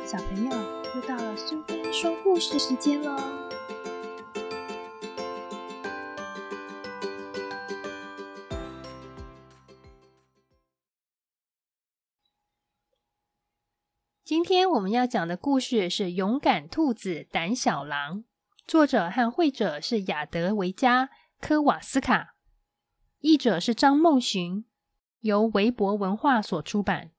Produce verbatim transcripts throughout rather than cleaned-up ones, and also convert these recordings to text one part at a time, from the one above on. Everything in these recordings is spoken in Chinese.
小朋友，又到了苏菲说故事时间咯。今天我们要讲的故事是《勇敢兔子胆小狼》，作者和绘者是亚德维加·科瓦斯卡，译者是张梦寻，由维博文化所出版。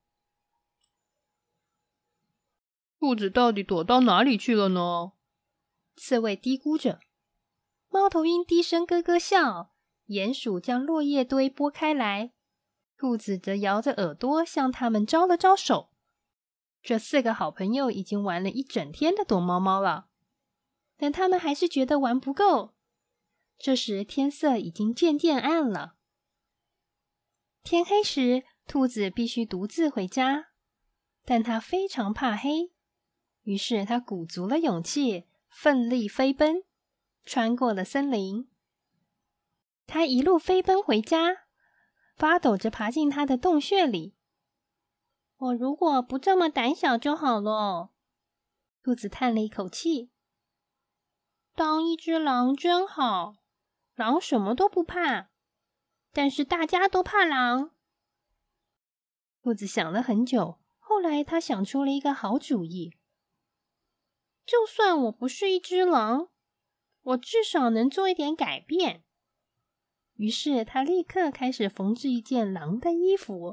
兔子到底躲到哪里去了呢？ 刺猬嘀咕着。猫头鹰低声咯咯笑，鼹鼠将落叶堆拨开来，兔子则摇着耳朵向他们招了招手。这四个好朋友已经玩了一整天的躲猫猫了，但他们还是觉得玩不够。这时天色已经渐渐暗了。天黑时，兔子必须独自回家，但它非常怕黑，于是它鼓足了勇气，奋力飞奔，穿过了森林。它一路飞奔回家，发抖着爬进它的洞穴里。我如果不这么胆小就好了，兔子叹了一口气。当一只狼真好，狼什么都不怕，但是大家都怕狼。兔子想了很久，后来他想出了一个好主意。就算我不是一只狼，我至少能做一点改变。于是他立刻开始缝制一件狼的衣服。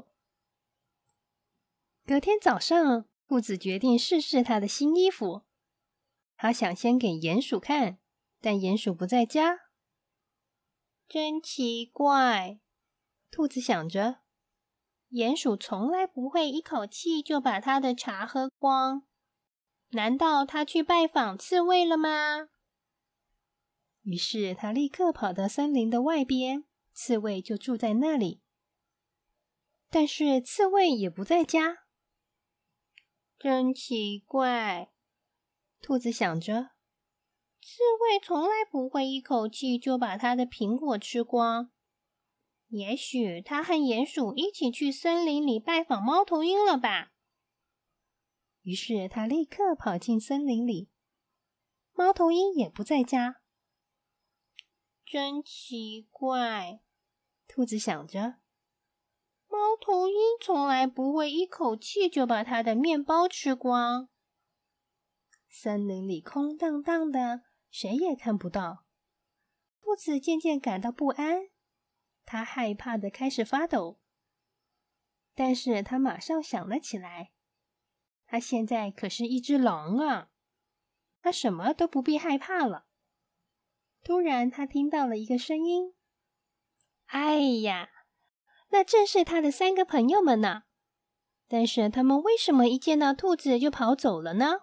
隔天早上，兔子决定试试他的新衣服。他想先给鼹鼠看，但鼹鼠不在家。真奇怪，兔子想着，鼹鼠从来不会一口气就把他的茶喝光。难道他去拜访刺猬了吗？于是他立刻跑到森林的外边，刺猬就住在那里。但是刺猬也不在家。真奇怪，兔子想着，刺猬从来不会一口气就把它的苹果吃光。也许它和鼹鼠一起去森林里拜访猫头鹰了吧？于是他立刻跑进森林里，猫头鹰也不在家。真奇怪，兔子想着，猫头鹰从来不会一口气就把它的面包吃光。森林里空荡荡的，谁也看不到。兔子渐渐感到不安，它害怕的开始发抖。但是它马上想了起来，它现在可是一只狼啊，它什么都不必害怕了。突然他听到了一个声音，哎呀，那正是他的三个朋友们呢。但是他们为什么一见到兔子就跑走了呢？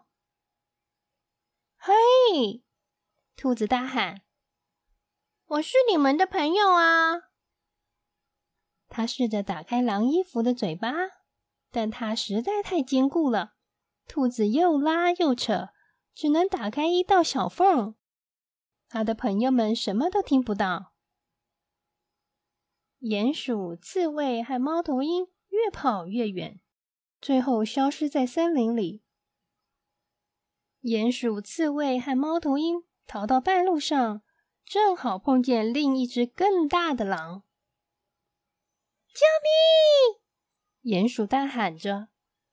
嘿！兔子大喊，我是你们的朋友啊！他试着打开狼衣服的嘴巴，但它实在太坚固了，兔子又拉又扯，只能打开一道小缝。他的朋友们什么都听不到。鼹鼠、刺猬和猫头鹰越跑越远，最后消失在森林里。鼹鼠、刺猬和猫头鹰逃到半路上，正好碰见另一只更大的狼。救命！鼹鼠大喊着。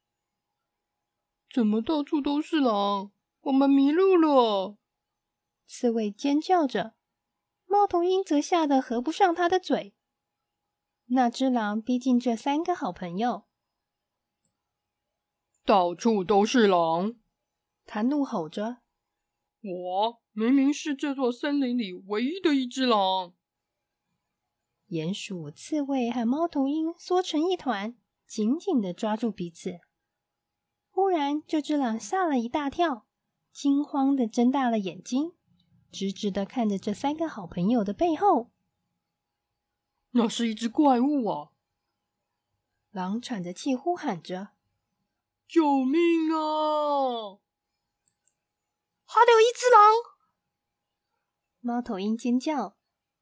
怎么到处都是狼？我们迷路了！ 刺猬尖叫着，猫头鹰则吓得合不上它的嘴。那只狼逼近这三个好朋友。 到处都是狼！ 他怒吼着。 我明明是这座森林里唯一的一只狼。 鼹鼠、刺猬和猫头鹰缩成一团，紧紧地抓住彼此。忽然，这只狼吓了一大跳，惊慌地睁大了眼睛，直直地看着这三个好朋友的背后。 那是一只怪物啊！ 狼喘着气呼喊着：“ 救命啊！” 还有一只狼！猫头鹰尖叫：“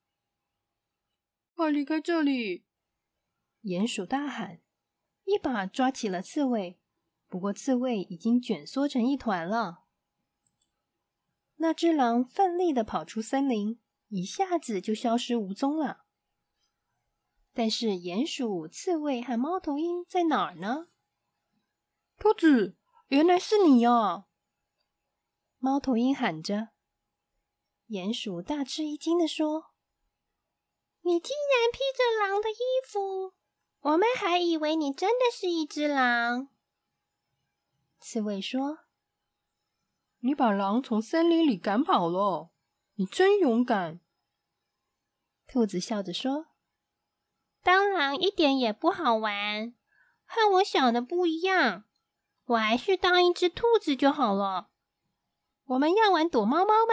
快离开这里！” 鼹鼠大喊，一把抓起了刺猬， 不过刺猬已经卷缩成一团了。那只狼奋力地跑出森林，一下子就消失无踪了。但是鼹鼠、刺猬和猫头鹰在哪儿呢？ 兔子，原来是你啊！ 猫头鹰喊着。鼹鼠大吃一惊地说：“你竟然披着狼的衣服，我们还以为你真的是一只狼。”刺猬说：“ 你把狼从森林里赶跑了，你真勇敢。” 兔子笑着说：“当狼一点也不好玩，和我想的不一样，我还是当一只兔子就好了。我们要玩躲猫猫吧？”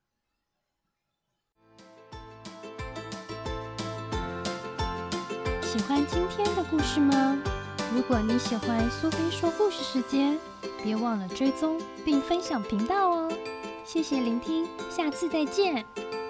喜欢今天的故事吗？如果你喜欢苏菲说故事时间，别忘了追踪并分享频道哦。谢谢聆听，下次再见。